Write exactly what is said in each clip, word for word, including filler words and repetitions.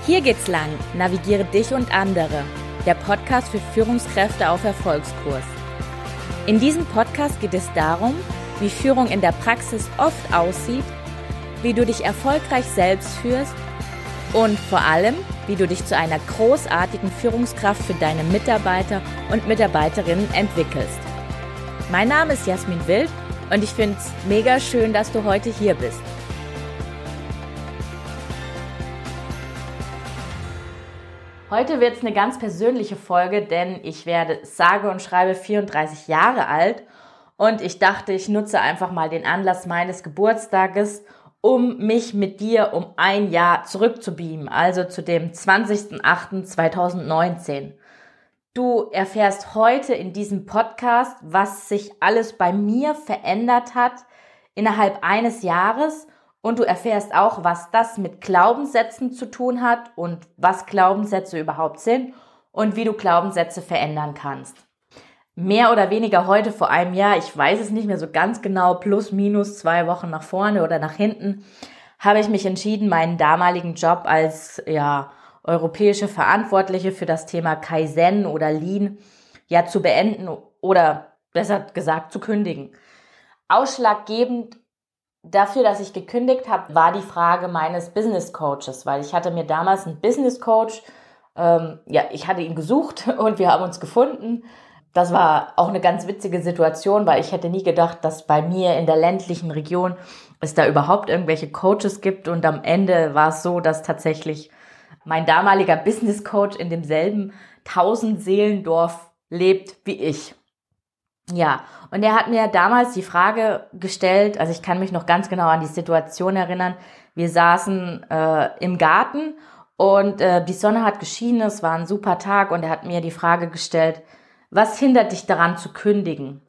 Hier geht's lang. Navigiere dich und andere. Der Podcast für Führungskräfte auf Erfolgskurs. In diesem Podcast geht es darum, wie Führung in der Praxis oft aussieht, wie du dich erfolgreich selbst führst und vor allem, wie du dich zu einer großartigen Führungskraft für deine Mitarbeiter und Mitarbeiterinnen entwickelst. Mein Name ist Jasmin Wild und ich finde es mega schön, dass du heute hier bist. Heute wird es eine ganz persönliche Folge, denn ich werde sage und schreibe vierunddreißig Jahre alt und ich dachte, ich nutze einfach mal den Anlass meines Geburtstages, um mich mit dir um ein Jahr zurückzubeamen, also zu dem zwanzigsten achten zweitausendneunzehn. Du erfährst heute in diesem Podcast, was sich alles bei mir verändert hat innerhalb eines Jahres. Und du erfährst auch, was das mit Glaubenssätzen zu tun hat und was Glaubenssätze überhaupt sind und wie du Glaubenssätze verändern kannst. Mehr oder weniger heute vor einem Jahr, ich weiß es nicht mehr so ganz genau, plus minus zwei Wochen nach vorne oder nach hinten, habe ich mich entschieden, meinen damaligen Job als ja europäische Verantwortliche für das Thema Kaizen oder Lean ja zu beenden oder besser gesagt zu kündigen. Ausschlaggebend dafür, dass ich gekündigt habe, war die Frage meines Business Coaches, weil ich hatte mir damals einen Business Coach, ähm, ja, ich hatte ihn gesucht und wir haben uns gefunden. Das war auch eine ganz witzige Situation, weil ich hätte nie gedacht, dass bei mir in der ländlichen Region es da überhaupt irgendwelche Coaches gibt und am Ende war es so, dass tatsächlich mein damaliger Business Coach in demselben Tausend-Seelendorf lebt wie ich. Ja, und er hat mir damals die Frage gestellt, also ich kann mich noch ganz genau an die Situation erinnern, wir saßen äh, im Garten und äh, die Sonne hat geschienen, es war ein super Tag und er hat mir die Frage gestellt, was hindert dich daran zu kündigen?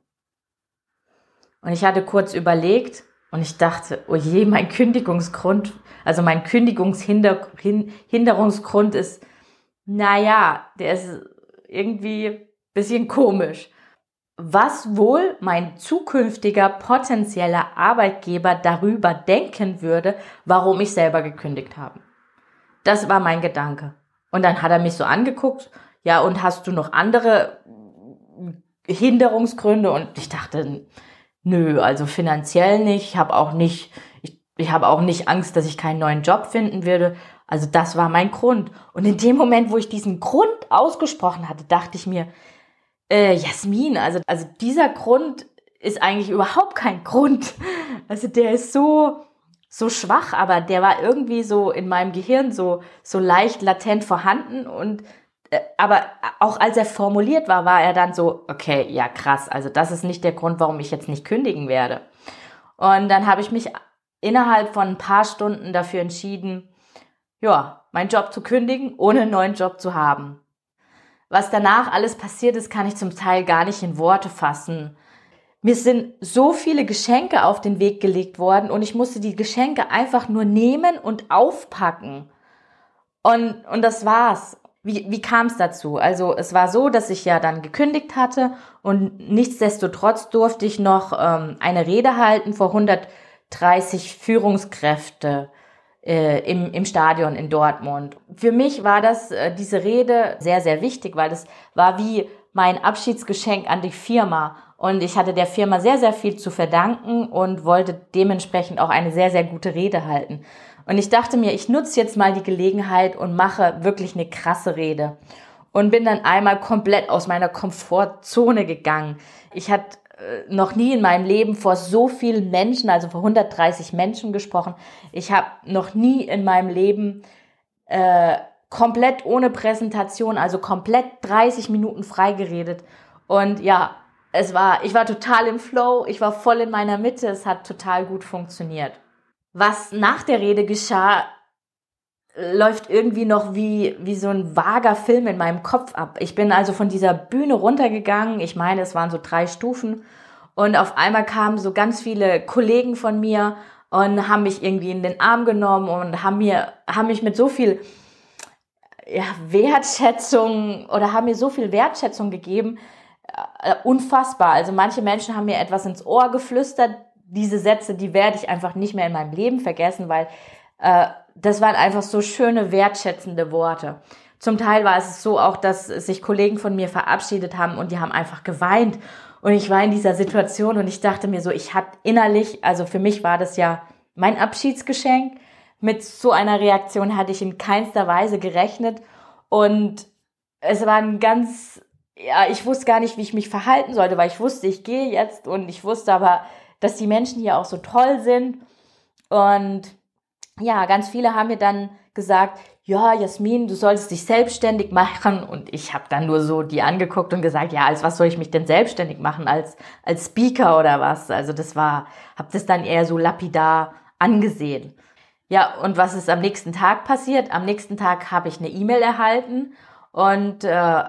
Und ich hatte kurz überlegt und ich dachte, oh je, mein Kündigungsgrund, also mein Kündigungshinderungsgrund ist, naja, der ist irgendwie ein bisschen komisch. Was wohl mein zukünftiger potenzieller Arbeitgeber darüber denken würde, warum ich selber gekündigt habe. Das war mein Gedanke. Und dann hat er mich so angeguckt, ja, und hast du noch andere Hinderungsgründe? Und ich dachte, nö, also finanziell nicht, ich habe auch nicht, ich, ich habe auch nicht Angst, dass ich keinen neuen Job finden würde. Also das war mein Grund. Und in dem Moment, wo ich diesen Grund ausgesprochen hatte, dachte ich mir, Äh, Jasmin, also, also dieser Grund ist eigentlich überhaupt kein Grund. Also der ist so, so schwach, aber der war irgendwie so in meinem Gehirn so, so leicht latent vorhanden und, äh, aber auch als er formuliert war, war er dann so, okay, ja krass, also das ist nicht der Grund, warum ich jetzt nicht kündigen werde. Und dann habe ich mich innerhalb von ein paar Stunden dafür entschieden, ja, meinen Job zu kündigen, ohne einen neuen Job zu haben. Was danach alles passiert ist, kann ich zum Teil gar nicht in Worte fassen. Mir sind so viele Geschenke auf den Weg gelegt worden und ich musste die Geschenke einfach nur nehmen und aufpacken. Und, und das war's. Wie, wie kam es dazu? Also es war so, dass ich ja dann gekündigt hatte und nichtsdestotrotz durfte ich noch ähm, eine Rede halten vor hundertdreißig Führungskräfte Im, im Stadion in Dortmund. Für mich war das, äh, diese Rede sehr, sehr wichtig, weil das war wie mein Abschiedsgeschenk an die Firma. Und ich hatte der Firma sehr, sehr viel zu verdanken und wollte dementsprechend auch eine sehr, sehr gute Rede halten. Und ich dachte mir, ich nutze jetzt mal die Gelegenheit und mache wirklich eine krasse Rede. Und bin dann einmal komplett aus meiner Komfortzone gegangen. Ich hatte noch nie in meinem Leben vor so vielen Menschen, also vor hundertdreißig Menschen gesprochen. Ich habe noch nie in meinem Leben äh, komplett ohne Präsentation, also komplett dreißig Minuten frei geredet. Und ja, es war, ich war total im Flow, ich war voll in meiner Mitte, es hat total gut funktioniert. Was nach der Rede geschah, läuft irgendwie noch wie, wie so ein vager Film in meinem Kopf ab. Ich bin also von dieser Bühne runtergegangen. Ich meine, es waren so drei Stufen. Und auf einmal kamen so ganz viele Kollegen von mir und haben mich irgendwie in den Arm genommen und haben mir, haben mich mit so viel, ja, Wertschätzung oder haben mir so viel Wertschätzung gegeben. Äh, unfassbar. Also manche Menschen haben mir etwas ins Ohr geflüstert. Diese Sätze, die werde ich einfach nicht mehr in meinem Leben vergessen, weil Äh, das waren einfach so schöne, wertschätzende Worte. Zum Teil war es so auch, dass sich Kollegen von mir verabschiedet haben und die haben einfach geweint. Und ich war in dieser Situation und ich dachte mir so, ich hatte innerlich, also für mich war das ja mein Abschiedsgeschenk. Mit so einer Reaktion hatte ich in keinster Weise gerechnet. Und es war ein ganz, ja, ich wusste gar nicht, wie ich mich verhalten sollte, weil ich wusste, ich gehe jetzt und ich wusste aber, dass die Menschen hier auch so toll sind. Und ja, ganz viele haben mir dann gesagt, ja, Jasmin, du solltest dich selbstständig machen. Und ich habe dann nur so die angeguckt und gesagt, ja, als was soll ich mich denn selbstständig machen? Als als Speaker oder was? Also das war, habe das dann eher so lapidar angesehen. Ja, und was ist am nächsten Tag passiert? Am nächsten Tag habe ich eine E-Mail erhalten und äh,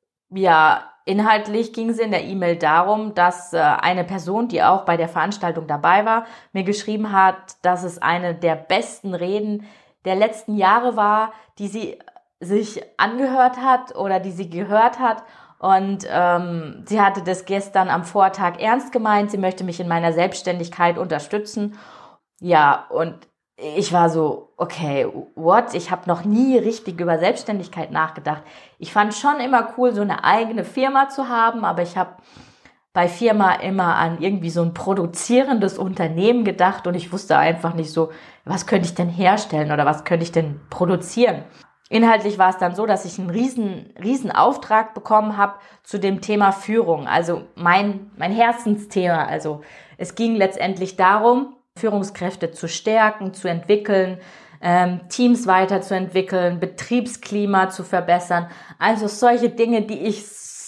ja, inhaltlich ging es in der E-Mail darum, dass äh, eine Person, die auch bei der Veranstaltung dabei war, mir geschrieben hat, dass es eine der besten Reden der letzten Jahre war, die sie sich angehört hat oder die sie gehört hat. Und ähm, sie hatte das gestern am Vortag ernst gemeint. Sie möchte mich in meiner Selbstständigkeit unterstützen. Ja, und ich war so, okay, what? Ich habe noch nie richtig über Selbstständigkeit nachgedacht. Ich fand schon immer cool, so eine eigene Firma zu haben, aber ich habe bei Firma immer an irgendwie so ein produzierendes Unternehmen gedacht und ich wusste einfach nicht so, was könnte ich denn herstellen oder was könnte ich denn produzieren. Inhaltlich war es dann so, dass ich einen riesen, riesen Auftrag bekommen habe zu dem Thema Führung, also mein, mein Herzensthema. Also es ging letztendlich darum, Führungskräfte zu stärken, zu entwickeln, ähm, Teams weiterzuentwickeln, Betriebsklima zu verbessern. Also solche Dinge, die ich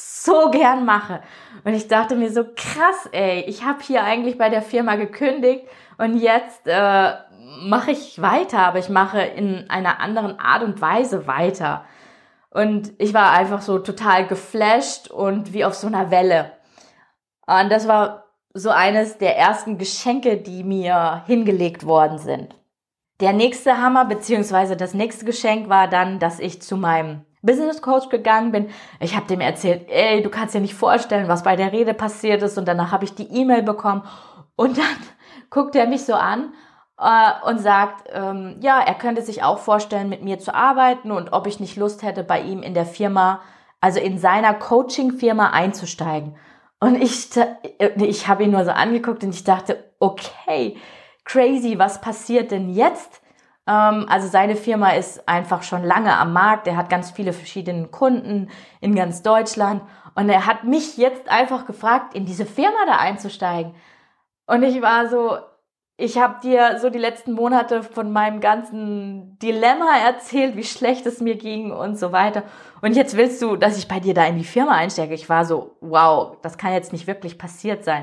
so gern mache. Und ich dachte mir so, krass, ey, ich habe hier eigentlich bei der Firma gekündigt und jetzt äh, mache ich weiter, aber ich mache in einer anderen Art und Weise weiter. Und ich war einfach so total geflasht und wie auf so einer Welle. Und das war so eines der ersten Geschenke, die mir hingelegt worden sind. Der nächste Hammer, beziehungsweise das nächste Geschenk war dann, dass ich zu meinem Business Coach gegangen bin. Ich habe dem erzählt, ey, du kannst dir nicht vorstellen, was bei der Rede passiert ist. Und danach habe ich die E-Mail bekommen. Und dann guckt er mich so an äh, und sagt, ähm, ja, er könnte sich auch vorstellen, mit mir zu arbeiten und ob ich nicht Lust hätte, bei ihm in der Firma, also in seiner Coaching-Firma einzusteigen. Und ich, ich habe ihn nur so angeguckt und ich dachte, okay, crazy, was passiert denn jetzt? Also seine Firma ist einfach schon lange am Markt. Er hat ganz viele verschiedene Kunden in ganz Deutschland. Und er hat mich jetzt einfach gefragt, in diese Firma da einzusteigen. Und ich war so, ich habe dir so die letzten Monate von meinem ganzen Dilemma erzählt, wie schlecht es mir ging und so weiter. Und jetzt willst du, dass ich bei dir da in die Firma einsteige. Ich war so, wow, das kann jetzt nicht wirklich passiert sein.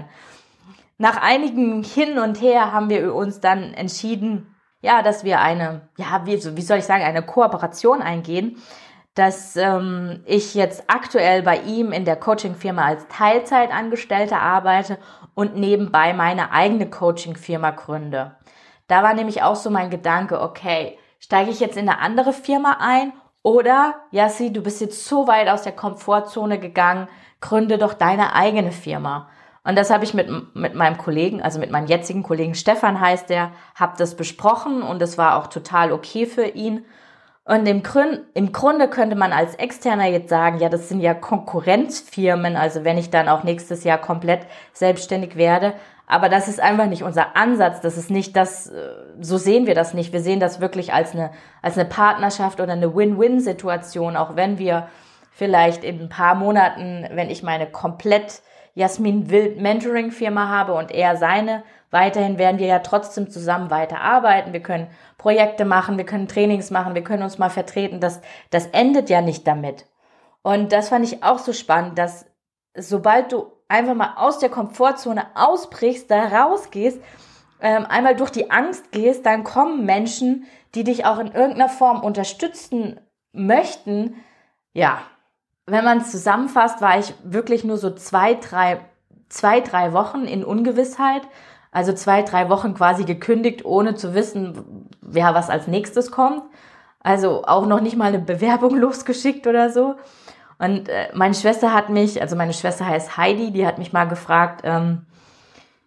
Nach einigen Hin und Her haben wir uns dann entschieden, ja, dass wir eine, ja, wie, wie soll ich sagen, eine Kooperation eingehen, dass ähm, ich jetzt aktuell bei ihm in der Coaching-Firma als Teilzeitangestellte arbeite und nebenbei meine eigene Coaching-Firma gründe. Da war nämlich auch so mein Gedanke, okay, steige ich jetzt in eine andere Firma ein oder, Jassi, du bist jetzt so weit aus der Komfortzone gegangen, gründe doch deine eigene Firma. Und das habe ich mit mit meinem Kollegen, also mit meinem jetzigen Kollegen Stefan heißt der, habe das besprochen und es war auch total okay für ihn. Und im, Grün, im Grunde könnte man als Externer jetzt sagen, ja, das sind ja Konkurrenzfirmen, also wenn ich dann auch nächstes Jahr komplett selbstständig werde. Aber das ist einfach nicht unser Ansatz, das ist nicht das, so sehen wir das nicht. Wir sehen das wirklich als eine, als eine Partnerschaft oder eine Win-Win-Situation, auch wenn wir vielleicht in ein paar Monaten, wenn ich meine komplett Jasmin Wild Mentoring Firma habe und er seine, weiterhin werden wir ja trotzdem zusammen weiterarbeiten. Wir können Projekte machen, wir können Trainings machen, wir können uns mal vertreten. Das, das endet ja nicht damit. Und das fand ich auch so spannend, dass sobald du einfach mal aus der Komfortzone ausbrichst, da rausgehst, ähm, einmal durch die Angst gehst, dann kommen Menschen, die dich auch in irgendeiner Form unterstützen möchten. Ja, wenn man es zusammenfasst, war ich wirklich nur so zwei, drei, zwei, drei Wochen in Ungewissheit. Also zwei, drei Wochen quasi gekündigt, ohne zu wissen, wer was als nächstes kommt. Also auch noch nicht mal eine Bewerbung losgeschickt oder so. Und äh, meine Schwester hat mich, also meine Schwester heißt Heidi, die hat mich mal gefragt, ähm,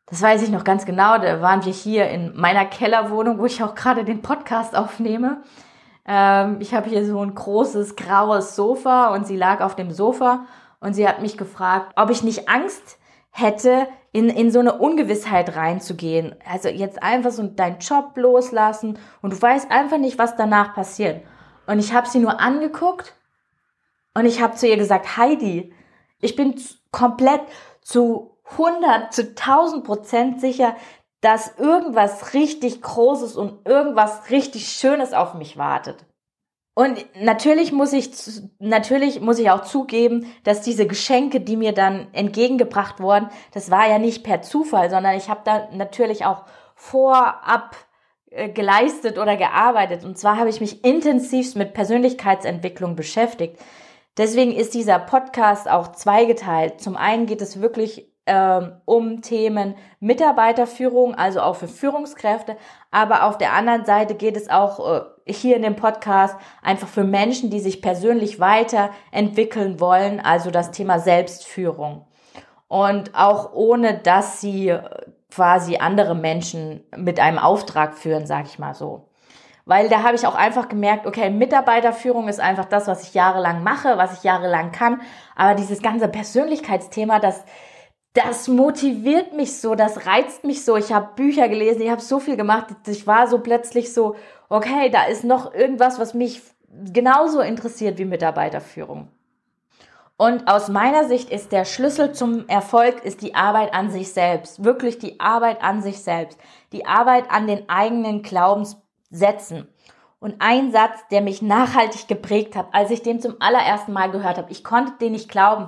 Das weiß ich noch ganz genau, da waren wir hier in meiner Kellerwohnung, wo ich auch gerade den Podcast aufnehme. Ähm, ich habe hier so ein großes graues Sofa und sie lag auf dem Sofa und sie hat mich gefragt, ob ich nicht Angst hätte, in, in so eine Ungewissheit reinzugehen. Also jetzt einfach so deinen Job loslassen und du weißt einfach nicht, was danach passiert. Und ich habe sie nur angeguckt und ich habe zu ihr gesagt, Heidi, ich bin komplett zu hundert, zu tausend Prozent sicher, dass irgendwas richtig Großes und irgendwas richtig Schönes auf mich wartet. Und natürlich muss ich, natürlich muss ich auch zugeben, dass diese Geschenke, die mir dann entgegengebracht wurden, das war ja nicht per Zufall, sondern ich habe da natürlich auch vorab äh, geleistet oder gearbeitet. Und zwar habe ich mich intensivst mit Persönlichkeitsentwicklung beschäftigt. Deswegen ist dieser Podcast auch zweigeteilt. Zum einen geht es wirklich ähm, um Themen Mitarbeiterführung, also auch für Führungskräfte, aber auf der anderen Seite geht es auch äh, hier in dem Podcast einfach für Menschen, die sich persönlich weiterentwickeln wollen, also das Thema Selbstführung. Und auch ohne, dass sie quasi andere Menschen mit einem Auftrag führen, sage ich mal so. Weil da habe ich auch einfach gemerkt, okay, Mitarbeiterführung ist einfach das, was ich jahrelang mache, was ich jahrelang kann. Aber dieses ganze Persönlichkeitsthema, das, das motiviert mich so, das reizt mich so. Ich habe Bücher gelesen, ich habe so viel gemacht. Ich war so plötzlich so, okay, da ist noch irgendwas, was mich genauso interessiert wie Mitarbeiterführung. Und aus meiner Sicht ist der Schlüssel zum Erfolg ist die Arbeit an sich selbst. Wirklich die Arbeit an sich selbst. Die Arbeit an den eigenen Glaubenssätzen. Und ein Satz, der mich nachhaltig geprägt hat, als ich den zum allerersten Mal gehört habe, ich konnte den nicht glauben.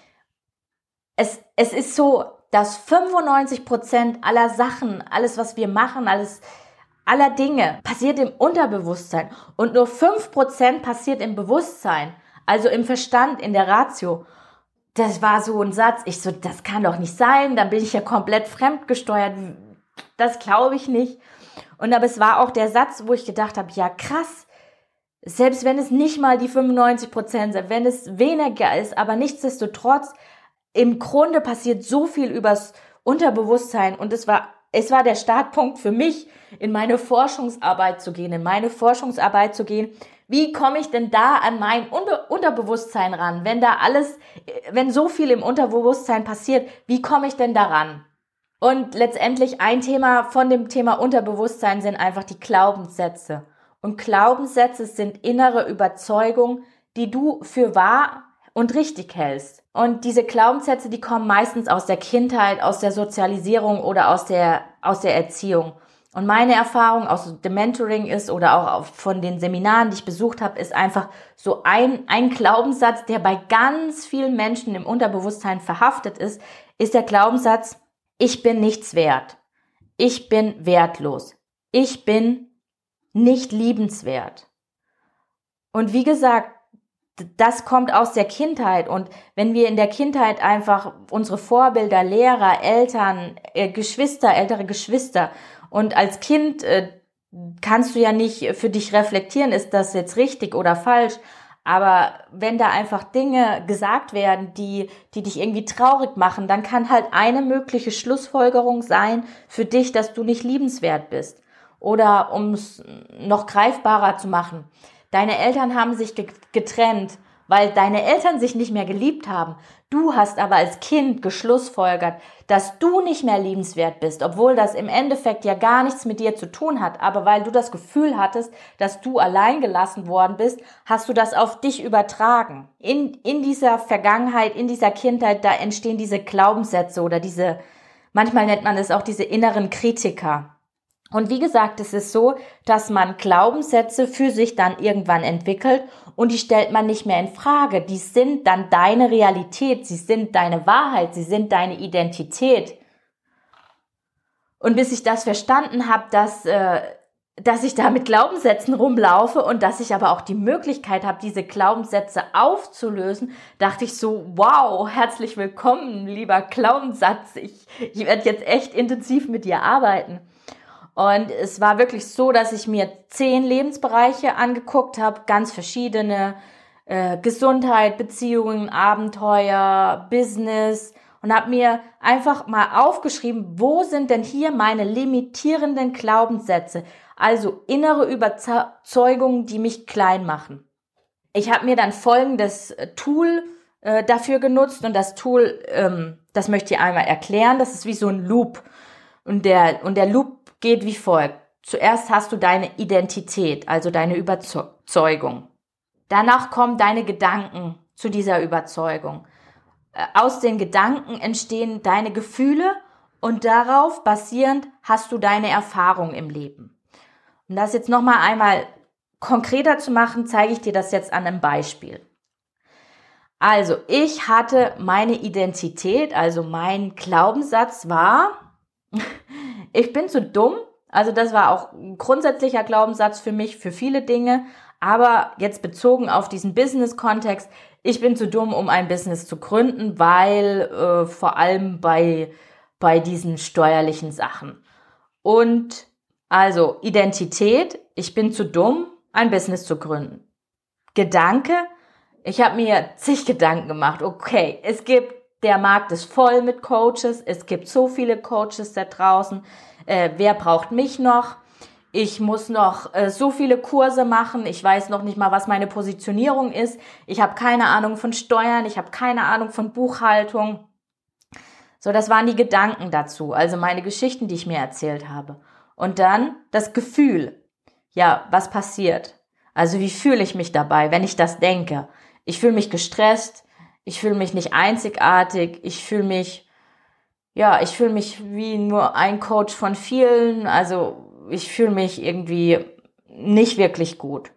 Es, es ist so, dass fünfundneunzig Prozent aller Sachen, alles was wir machen, alles, aller Dinge passiert im Unterbewusstsein und nur fünf Prozent passiert im Bewusstsein, also im Verstand, in der Ratio. Das war so ein Satz, ich so, das kann doch nicht sein, dann bin ich ja komplett fremdgesteuert, das glaube ich nicht. Und aber es war auch der Satz, wo ich gedacht habe, ja krass, selbst wenn es nicht mal die fünfundneunzig Prozent sind, wenn es weniger ist, aber nichtsdestotrotz, im Grunde passiert so viel übers Unterbewusstsein und es war, es war der Startpunkt für mich, in meine Forschungsarbeit zu gehen, in meine Forschungsarbeit zu gehen. Wie komme ich denn da an mein Unbe- Unterbewusstsein ran? Wenn da alles, wenn so viel im Unterbewusstsein passiert, wie komme ich denn daran? Und letztendlich ein Thema von dem Thema Unterbewusstsein sind einfach die Glaubenssätze. Und Glaubenssätze sind innere Überzeugungen, die du für wahr und richtig hältst. Und diese Glaubenssätze, die kommen meistens aus der Kindheit, aus der Sozialisierung oder aus der, aus der Erziehung. Und meine Erfahrung aus dem Mentoring ist oder auch von den Seminaren, die ich besucht habe, ist einfach so ein, ein Glaubenssatz, der bei ganz vielen Menschen im Unterbewusstsein verhaftet ist, ist der Glaubenssatz, ich bin nichts wert. Ich bin wertlos. Ich bin nicht liebenswert. Und wie gesagt, das kommt aus der Kindheit. Und wenn wir in der Kindheit einfach unsere Vorbilder, Lehrer, Eltern, äh, Geschwister, ältere Geschwister und als Kind äh, kannst du ja nicht für dich reflektieren, ist das jetzt richtig oder falsch. Aber wenn da einfach Dinge gesagt werden, die, die dich irgendwie traurig machen, dann kann halt eine mögliche Schlussfolgerung sein für dich, dass du nicht liebenswert bist. Oder um es noch greifbarer zu machen. Deine Eltern haben sich getrennt, weil deine Eltern sich nicht mehr geliebt haben. Du hast aber als Kind geschlussfolgert, dass du nicht mehr liebenswert bist, obwohl das im Endeffekt ja gar nichts mit dir zu tun hat. Aber weil du das Gefühl hattest, dass du allein gelassen worden bist, hast du das auf dich übertragen. In, in dieser Vergangenheit, in dieser Kindheit, da entstehen diese Glaubenssätze oder diese, manchmal nennt man es auch diese inneren Kritiker. Und wie gesagt, es ist so, dass man Glaubenssätze für sich dann irgendwann entwickelt und die stellt man nicht mehr in Frage. Die sind dann deine Realität, sie sind deine Wahrheit, sie sind deine Identität. Und bis ich das verstanden habe, dass, äh, dass ich da mit Glaubenssätzen rumlaufe und dass ich aber auch die Möglichkeit habe, diese Glaubenssätze aufzulösen, dachte ich so, wow, herzlich willkommen, lieber Glaubenssatz. Ich, ich werde jetzt echt intensiv mit dir arbeiten. Und es war wirklich so, dass ich mir zehn Lebensbereiche angeguckt habe, ganz verschiedene, äh, Gesundheit, Beziehungen, Abenteuer, Business und habe mir einfach mal aufgeschrieben, wo sind denn hier meine limitierenden Glaubenssätze, also innere Überzeugungen, die mich klein machen. Ich habe mir dann folgendes Tool äh, dafür genutzt und das Tool, ähm, das möchte ich einmal erklären, das ist wie so ein Loop und der, und der Loop geht wie folgt. Zuerst hast du deine Identität, also deine Überzeugung. Danach kommen deine Gedanken zu dieser Überzeugung. Aus den Gedanken entstehen deine Gefühle und darauf basierend hast du deine Erfahrung im Leben. Um das jetzt nochmal einmal konkreter zu machen, zeige ich dir das jetzt an einem Beispiel. Also, ich hatte meine Identität, also mein Glaubenssatz war, ich bin zu dumm. Also das war auch ein grundsätzlicher Glaubenssatz für mich, für viele Dinge. Aber jetzt bezogen auf diesen Business-Kontext, ich bin zu dumm, um ein Business zu gründen, weil äh, vor allem bei, bei diesen steuerlichen Sachen. Und also Identität, ich bin zu dumm, ein Business zu gründen. Gedanke, ich habe mir zig Gedanken gemacht. Okay, es gibt, der Markt ist voll mit Coaches, es gibt so viele Coaches da draußen. Äh, wer braucht mich noch? Ich muss noch äh, so viele Kurse machen. Ich weiß noch nicht mal, was meine Positionierung ist. Ich habe keine Ahnung von Steuern. Ich habe keine Ahnung von Buchhaltung. So, das waren die Gedanken dazu. Also meine Geschichten, die ich mir erzählt habe. Und dann das Gefühl. Ja, was passiert? Also wie fühle ich mich dabei, wenn ich das denke? Ich fühle mich gestresst. Ich fühle mich nicht einzigartig. Ich fühle mich Ja, ich fühle mich wie nur ein Coach von vielen, also ich fühle mich irgendwie nicht wirklich gut.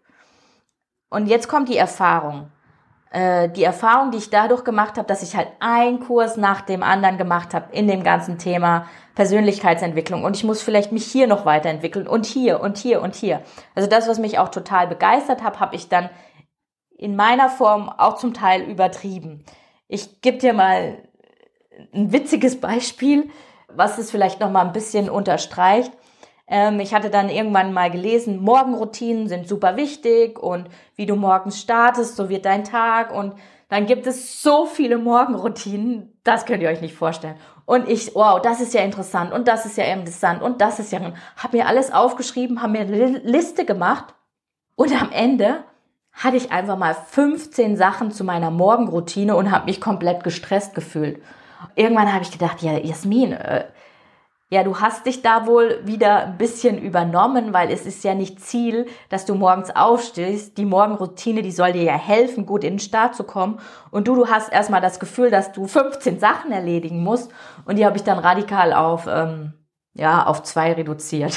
Und jetzt kommt die Erfahrung. Äh, die Erfahrung, die ich dadurch gemacht habe, dass ich halt einen Kurs nach dem anderen gemacht habe in dem ganzen Thema Persönlichkeitsentwicklung und ich muss vielleicht mich hier noch weiterentwickeln und hier und hier und hier. Also das, was mich auch total begeistert hat, habe ich dann in meiner Form auch zum Teil übertrieben. Ich gebe dir mal ein witziges Beispiel, was es vielleicht noch mal ein bisschen unterstreicht. Ähm, ich hatte dann irgendwann mal gelesen, Morgenroutinen sind super wichtig und wie du morgens startest, so wird dein Tag und dann gibt es so viele Morgenroutinen, das könnt ihr euch nicht vorstellen. Und ich, wow, das ist ja interessant und das ist ja interessant und das ist ja, habe mir alles aufgeschrieben, habe mir eine Liste gemacht und am Ende hatte ich einfach mal fünfzehn Sachen zu meiner Morgenroutine und habe mich komplett gestresst gefühlt. Irgendwann habe ich gedacht, ja, Jasmin, äh, ja, du hast dich da wohl wieder ein bisschen übernommen, weil es ist ja nicht Ziel, dass du morgens aufstehst. Die Morgenroutine, die soll dir ja helfen, gut in den Start zu kommen. Und du, du hast erstmal das Gefühl, dass du fünfzehn Sachen erledigen musst. Und die habe ich dann radikal auf, ähm, ja, auf zwei reduziert.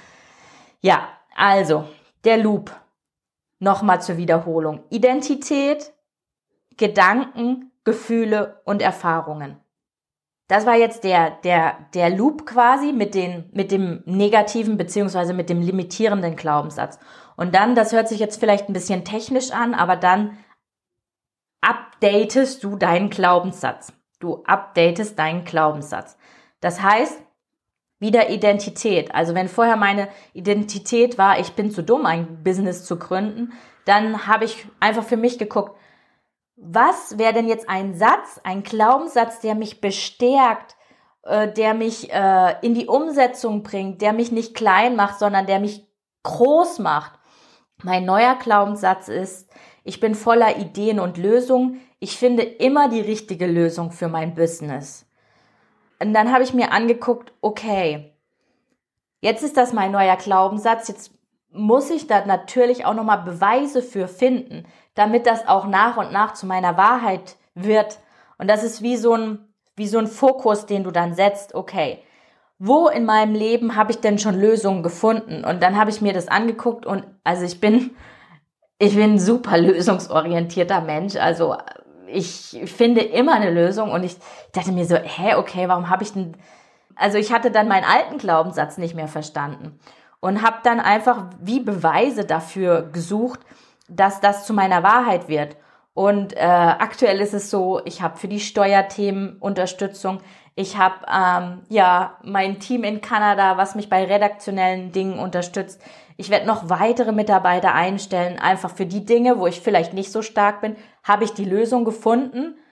Ja, also, der Loop. Nochmal zur Wiederholung. Identität, Gedanken, Gefühle und Erfahrungen. Das war jetzt der, der, der Loop quasi mit den, mit dem negativen beziehungsweise mit dem limitierenden Glaubenssatz. Und dann, das hört sich jetzt vielleicht ein bisschen technisch an, aber dann updatest du deinen Glaubenssatz. Du updatest deinen Glaubenssatz. Das heißt, wieder Identität. Also wenn vorher meine Identität war, ich bin zu dumm, ein Business zu gründen, dann habe ich einfach für mich geguckt, was wäre denn jetzt ein Satz, ein Glaubenssatz, der mich bestärkt, äh, der mich äh, in die Umsetzung bringt, der mich nicht klein macht, sondern der mich groß macht. Mein neuer Glaubenssatz ist, ich bin voller Ideen und Lösungen. Ich finde immer die richtige Lösung für mein Business. Und dann habe ich mir angeguckt, okay, jetzt ist das mein neuer Glaubenssatz, jetzt muss ich da natürlich auch nochmal Beweise für finden, damit das auch nach und nach zu meiner Wahrheit wird. Und das ist wie so ein, wie so ein Fokus, den du dann setzt, okay, wo in meinem Leben habe ich denn schon Lösungen gefunden? Und dann habe ich mir das angeguckt und also ich bin, ich bin ein super lösungsorientierter Mensch, also ich finde immer eine Lösung und ich dachte mir so, hä, okay, warum habe ich denn, also ich hatte dann meinen alten Glaubenssatz nicht mehr verstanden und habe dann einfach wie Beweise dafür gesucht, dass das zu meiner Wahrheit wird. Und äh, aktuell ist es so, ich habe für die Steuerthemen Unterstützung. Ich habe ähm, ja mein Team in Kanada, was mich bei redaktionellen Dingen unterstützt. Ich werde noch weitere Mitarbeiter einstellen, einfach für die Dinge, wo ich vielleicht nicht so stark bin, habe ich die Lösung gefunden.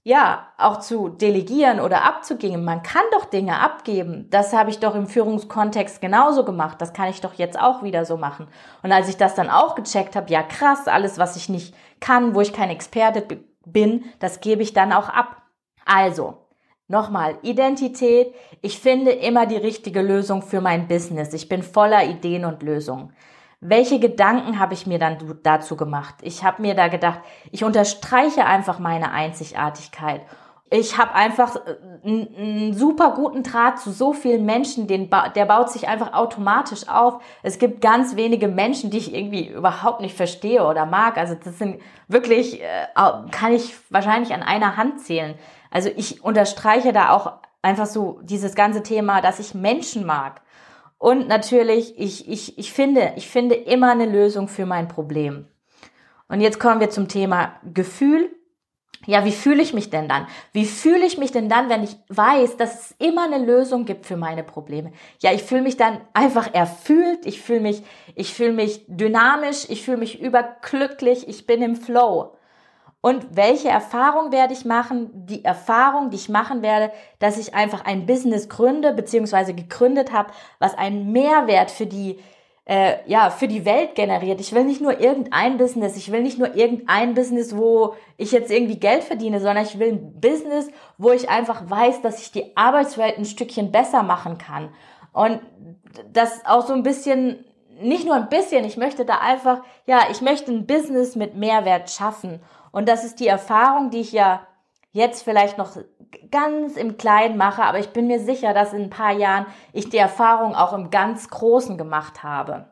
ja, auch zu delegieren oder abzugeben. Man kann doch Dinge abgeben. Das habe ich doch im Führungskontext genauso gemacht. Das kann ich doch jetzt auch wieder so machen. Und als ich das dann auch gecheckt habe, ja krass, alles, was ich nicht kann, wo ich kein Experte bin, das gebe ich dann auch ab. Also, nochmal, Identität. Ich finde immer die richtige Lösung für mein Business. Ich bin voller Ideen und Lösungen. Welche Gedanken habe ich mir dann dazu gemacht? Ich habe mir da gedacht, ich unterstreiche einfach meine Einzigartigkeit. Ich habe einfach einen, einen super guten Draht zu so vielen Menschen, den ba- der baut sich einfach automatisch auf. Es gibt ganz wenige Menschen, die ich irgendwie überhaupt nicht verstehe oder mag. Also das sind wirklich, äh, kann ich wahrscheinlich an einer Hand zählen. Also ich unterstreiche da auch einfach so dieses ganze Thema, dass ich Menschen mag. Und natürlich, ich, ich, ich finde, ich finde immer eine Lösung für mein Problem. Und jetzt kommen wir zum Thema Gefühl. Ja, wie fühle ich mich denn dann? Wie fühle ich mich denn dann, wenn ich weiß, dass es immer eine Lösung gibt für meine Probleme? Ja, ich fühle mich dann einfach erfüllt, ich fühle mich, ich fühle mich dynamisch, ich fühle mich überglücklich, ich bin im Flow. Und welche Erfahrung werde ich machen? Die Erfahrung, die ich machen werde, dass ich einfach ein Business gründe, beziehungsweise gegründet habe, was einen Mehrwert für die, äh, ja, für die Welt generiert. Ich will nicht nur irgendein Business, ich will nicht nur irgendein Business, wo ich jetzt irgendwie Geld verdiene, sondern ich will ein Business, wo ich einfach weiß, dass ich die Arbeitswelt ein Stückchen besser machen kann. Und das auch so ein bisschen, nicht nur ein bisschen, ich möchte da einfach, ja, ich möchte ein Business mit Mehrwert schaffen. Und das ist die Erfahrung, die ich ja jetzt vielleicht noch ganz im Kleinen mache, aber ich bin mir sicher, dass in ein paar Jahren ich die Erfahrung auch im ganz Großen gemacht habe.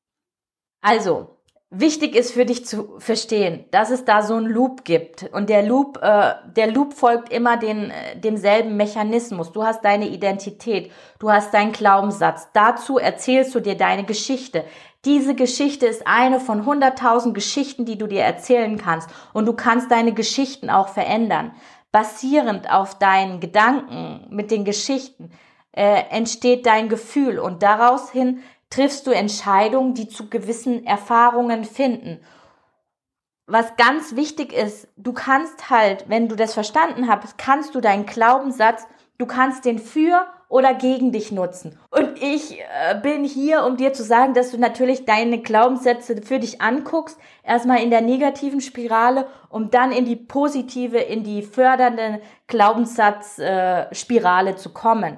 Also, wichtig ist für dich zu verstehen, dass es da so einen Loop gibt. Und der Loop, äh, der Loop folgt immer den, äh, demselben Mechanismus. Du hast deine Identität, du hast deinen Glaubenssatz. Dazu erzählst du dir deine Geschichte. Diese Geschichte ist eine von hunderttausend Geschichten, die du dir erzählen kannst. Und du kannst deine Geschichten auch verändern. Basierend auf deinen Gedanken mit den Geschichten äh, entsteht dein Gefühl. Und daraus hin triffst du Entscheidungen, die zu gewissen Erfahrungen finden. Was ganz wichtig ist, du kannst halt, wenn du das verstanden hast, kannst du deinen Glaubenssatz, du kannst den für oder gegen dich nutzen. Und ich äh, bin hier, um dir zu sagen, dass du natürlich deine Glaubenssätze für dich anguckst, erstmal in der negativen Spirale, um dann in die positive, in die fördernde Glaubenssatzspirale äh, zu kommen.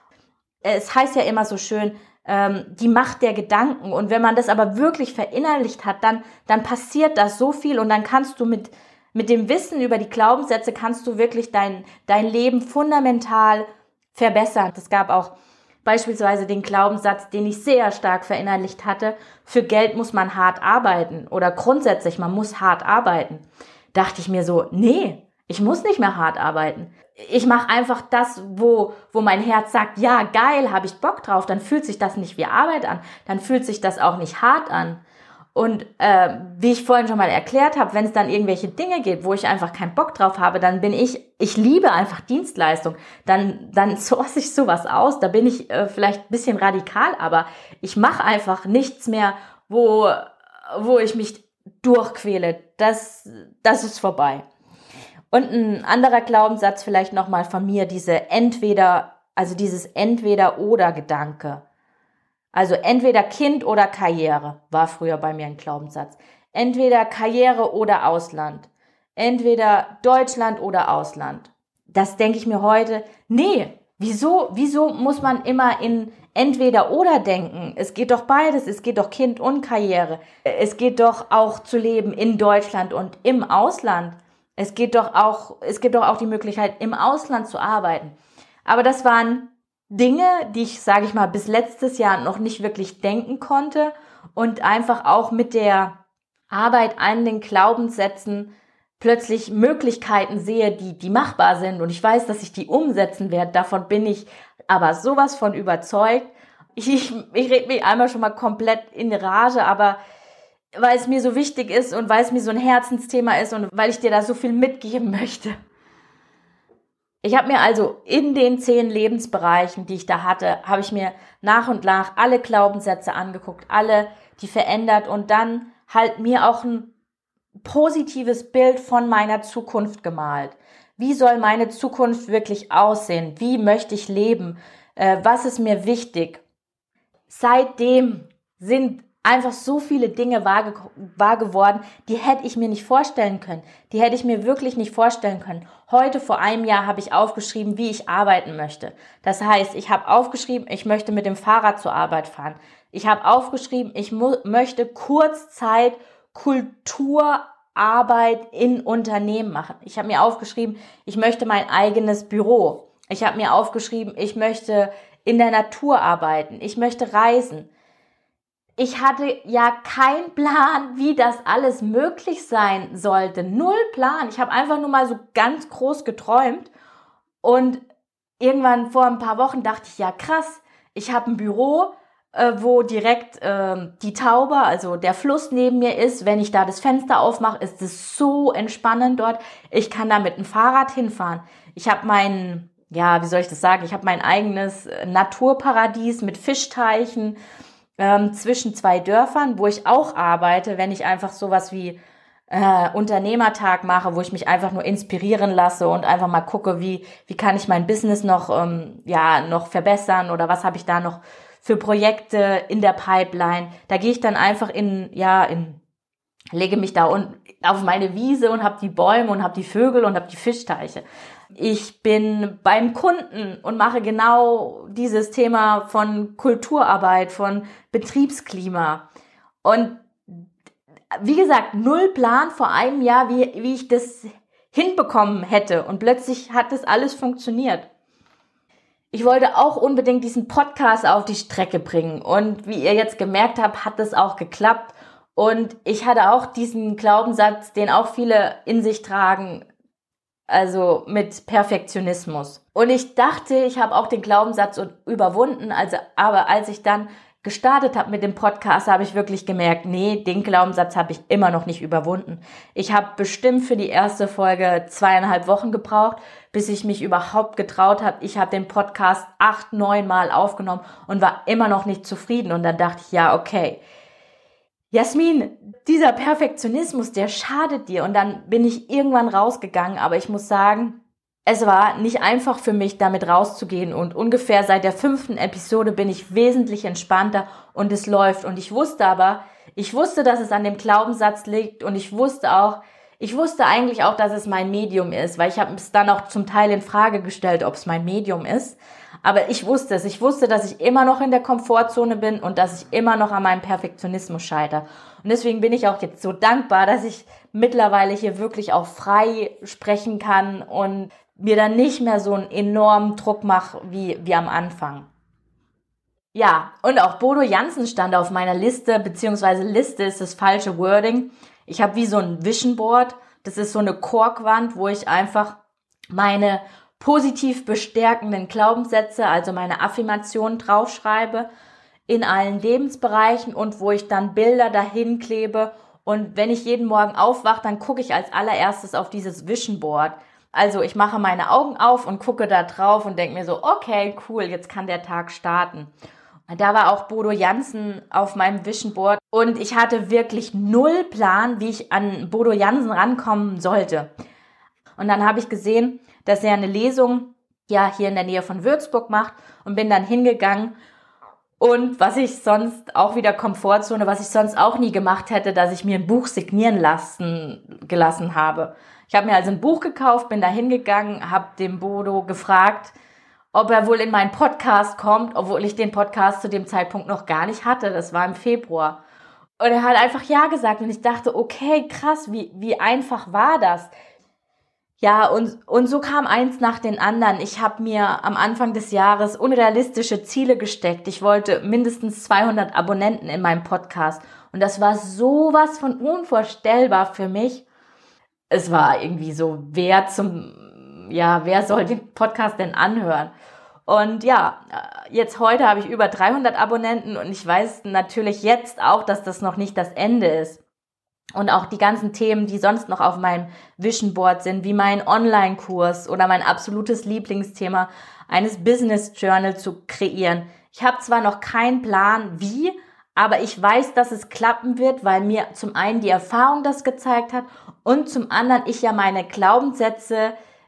Es heißt ja immer so schön, ähm, die Macht der Gedanken. Und wenn man das aber wirklich verinnerlicht hat, dann, dann passiert das so viel und dann kannst du mit, mit dem Wissen über die Glaubenssätze kannst du wirklich dein, dein Leben fundamental verbessern. Es gab auch beispielsweise den Glaubenssatz, den ich sehr stark verinnerlicht hatte, für Geld muss man hart arbeiten oder grundsätzlich, man muss hart arbeiten. Dachte ich mir so, nee, ich muss nicht mehr hart arbeiten. Ich mache einfach das, wo, wo mein Herz sagt, ja, geil, habe ich Bock drauf, dann fühlt sich das nicht wie Arbeit an, dann fühlt sich das auch nicht hart an. Und äh, wie ich vorhin schon mal erklärt habe, wenn es dann irgendwelche Dinge gibt, wo ich einfach keinen Bock drauf habe, dann bin ich, ich liebe einfach Dienstleistung, dann dann source ich sowas aus, da bin ich äh, vielleicht ein bisschen radikal, aber ich mache einfach nichts mehr, wo, wo ich mich durchquäle, das, das ist vorbei. Und ein anderer Glaubenssatz vielleicht nochmal von mir, diese entweder, also dieses Entweder-oder-Gedanke. Also entweder Kind oder Karriere, war früher bei mir ein Glaubenssatz. Entweder Karriere oder Ausland. Entweder Deutschland oder Ausland. Das denke ich mir heute, nee, wieso, wieso muss man immer in entweder oder denken? Es geht doch beides, es geht doch Kind und Karriere. Es geht doch auch zu leben in Deutschland und im Ausland. Es geht doch auch, es gibt doch auch die Möglichkeit, im Ausland zu arbeiten. Aber das waren Dinge, die ich, sage ich mal, bis letztes Jahr noch nicht wirklich denken konnte und einfach auch mit der Arbeit an den Glaubenssätzen plötzlich Möglichkeiten sehe, die, die machbar sind und ich weiß, dass ich die umsetzen werde. Davon bin ich aber sowas von überzeugt. Ich, ich, ich rede mich einmal schon mal komplett in Rage, aber weil es mir so wichtig ist und weil es mir so ein Herzensthema ist und weil ich dir da so viel mitgeben möchte. Ich habe mir also in den zehn Lebensbereichen, die ich da hatte, habe ich mir nach und nach alle Glaubenssätze angeguckt, alle die verändert und dann halt mir auch ein positives Bild von meiner Zukunft gemalt. Wie soll meine Zukunft wirklich aussehen? Wie möchte ich leben? Äh, was ist mir wichtig? Seitdem sind einfach so viele Dinge wahr, ge- wahr geworden, die hätte ich mir nicht vorstellen können. Die hätte ich mir wirklich nicht vorstellen können. Heute vor einem Jahr habe ich aufgeschrieben, wie ich arbeiten möchte. Das heißt, ich habe aufgeschrieben, ich möchte mit dem Fahrrad zur Arbeit fahren. Ich habe aufgeschrieben, ich mu- möchte Kurzzeit Kulturarbeit in Unternehmen machen. Ich habe mir aufgeschrieben, ich möchte mein eigenes Büro. Ich habe mir aufgeschrieben, ich möchte in der Natur arbeiten. Ich möchte reisen. Ich hatte ja keinen Plan, wie das alles möglich sein sollte. Null Plan. Ich habe einfach nur mal so ganz groß geträumt. Und irgendwann vor ein paar Wochen dachte ich, ja krass, ich habe ein Büro, äh, wo direkt äh, die Tauber, also der Fluss neben mir ist. Wenn ich da das Fenster aufmache, ist es so entspannend dort. Ich kann da mit dem Fahrrad hinfahren. Ich habe mein, ja, wie soll ich das sagen? Ich habe mein eigenes Naturparadies mit Fischteichen, ähm, zwischen zwei Dörfern, wo ich auch arbeite, wenn ich einfach sowas wie äh, Unternehmertag mache, wo ich mich einfach nur inspirieren lasse und einfach mal gucke, wie wie kann ich mein Business noch ähm, ja noch verbessern oder was habe ich da noch für Projekte in der Pipeline. Da gehe ich dann einfach in ja in lege mich da un- auf meine Wiese und habe die Bäume und habe die Vögel und habe die Fischteiche. Ich bin beim Kunden und mache genau dieses Thema von Kulturarbeit, von Betriebsklima. Und wie gesagt, null Plan vor einem Jahr, wie, wie ich das hinbekommen hätte. Und plötzlich hat das alles funktioniert. Ich wollte auch unbedingt diesen Podcast auf die Strecke bringen. Und wie ihr jetzt gemerkt habt, hat das auch geklappt. Und ich hatte auch diesen Glaubenssatz, den auch viele in sich tragen, also mit Perfektionismus. Und ich dachte, ich habe auch den Glaubenssatz überwunden, also aber als ich dann gestartet habe mit dem Podcast, habe ich wirklich gemerkt, nee, den Glaubenssatz habe ich immer noch nicht überwunden. Ich habe bestimmt für die erste Folge zweieinhalb Wochen gebraucht, bis ich mich überhaupt getraut habe. Ich habe den Podcast acht, neun Mal aufgenommen und war immer noch nicht zufrieden. Und dann dachte ich, ja, okay, Jasmin, dieser Perfektionismus, der schadet dir. Und dann bin ich irgendwann rausgegangen, aber ich muss sagen, es war nicht einfach für mich, damit rauszugehen. Und ungefähr seit der fünften Episode bin ich wesentlich entspannter und es läuft. Und ich wusste aber, ich wusste, dass es an dem Glaubenssatz liegt und ich wusste auch, ich wusste eigentlich auch, dass es mein Medium ist, weil ich habe es dann auch zum Teil in Frage gestellt, ob es mein Medium ist. Aber ich wusste es. Ich wusste, dass ich immer noch in der Komfortzone bin und dass ich immer noch an meinem Perfektionismus scheitere. Und deswegen bin ich auch jetzt so dankbar, dass ich mittlerweile hier wirklich auch frei sprechen kann und mir dann nicht mehr so einen enormen Druck mache wie, wie am Anfang. Ja, und auch Bodo Jansen stand auf meiner Liste, beziehungsweise Liste ist das falsche Wording. Ich habe wie so ein Vision Board. Das ist so eine Korkwand, wo ich einfach meine positiv bestärkenden Glaubenssätze, also meine Affirmationen draufschreibe in allen Lebensbereichen und wo ich dann Bilder dahin klebe. Und wenn ich jeden Morgen aufwache, dann gucke ich als allererstes auf dieses Vision Board. Also ich mache meine Augen auf und gucke da drauf und denke mir so, okay, cool, jetzt kann der Tag starten. Da war auch Bodo Jansen auf meinem Vision Board und ich hatte wirklich null Plan, wie ich an Bodo Jansen rankommen sollte. Und dann habe ich gesehen, dass er eine Lesung ja hier in der Nähe von Würzburg macht und bin dann hingegangen. Und was ich sonst auch wieder Komfortzone, was ich sonst auch nie gemacht hätte, dass ich mir ein Buch signieren lassen gelassen habe. Ich habe mir also ein Buch gekauft, bin da hingegangen, habe den Bodo gefragt, ob er wohl in meinen Podcast kommt, obwohl ich den Podcast zu dem Zeitpunkt noch gar nicht hatte. Das war im Februar. Und er hat einfach ja gesagt und ich dachte, okay, krass, wie, wie einfach war das? Ja, und, und so kam eins nach den anderen. Ich habe mir am Anfang des Jahres unrealistische Ziele gesteckt. Ich wollte mindestens zweihundert Abonnenten in meinem Podcast. Und das war sowas von unvorstellbar für mich. Es war irgendwie so, wer zum, ja, wer soll den Podcast denn anhören? Und ja, jetzt heute habe ich über dreihundert Abonnenten und ich weiß natürlich jetzt auch, dass das noch nicht das Ende ist. Und auch die ganzen Themen, die sonst noch auf meinem Vision Board sind, wie mein Online-Kurs oder mein absolutes Lieblingsthema, eines Business Journal zu kreieren. Ich habe zwar noch keinen Plan, wie, aber ich weiß, dass es klappen wird, weil mir zum einen die Erfahrung das gezeigt hat und zum anderen ich ja meine Glaubenssätze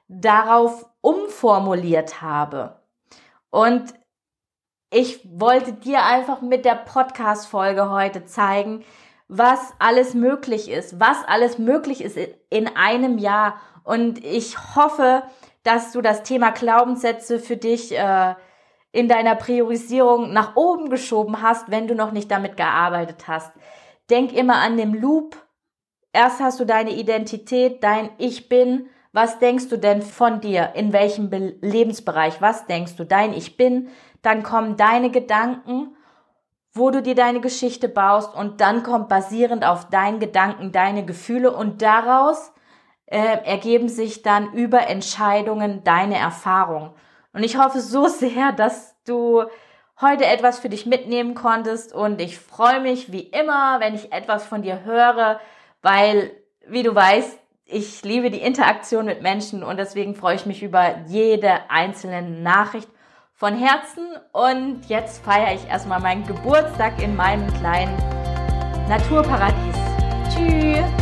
darauf umformuliert habe. Und ich wollte dir einfach mit der Podcast-Folge heute zeigen, was alles möglich ist, was alles möglich ist in einem Jahr. Und ich hoffe, dass du das Thema Glaubenssätze für dich äh, in deiner Priorisierung nach oben geschoben hast, wenn du noch nicht damit gearbeitet hast. Denk immer an den Loop. Erst hast du deine Identität, dein Ich Bin. Was denkst du denn von dir? In welchem Be- Lebensbereich? Was denkst du? Dein Ich Bin. Dann kommen deine Gedanken, wo du dir deine Geschichte baust, und dann kommt basierend auf deinen Gedanken deine Gefühle, und daraus äh, ergeben sich dann über Entscheidungen deine Erfahrungen. Und ich hoffe so sehr, dass du heute etwas für dich mitnehmen konntest, und ich freue mich wie immer, wenn ich etwas von dir höre, weil, wie du weißt, ich liebe die Interaktion mit Menschen, und deswegen freue ich mich über jede einzelne Nachricht von Herzen. Und jetzt feiere ich erstmal meinen Geburtstag in meinem kleinen Naturparadies. Tschüss!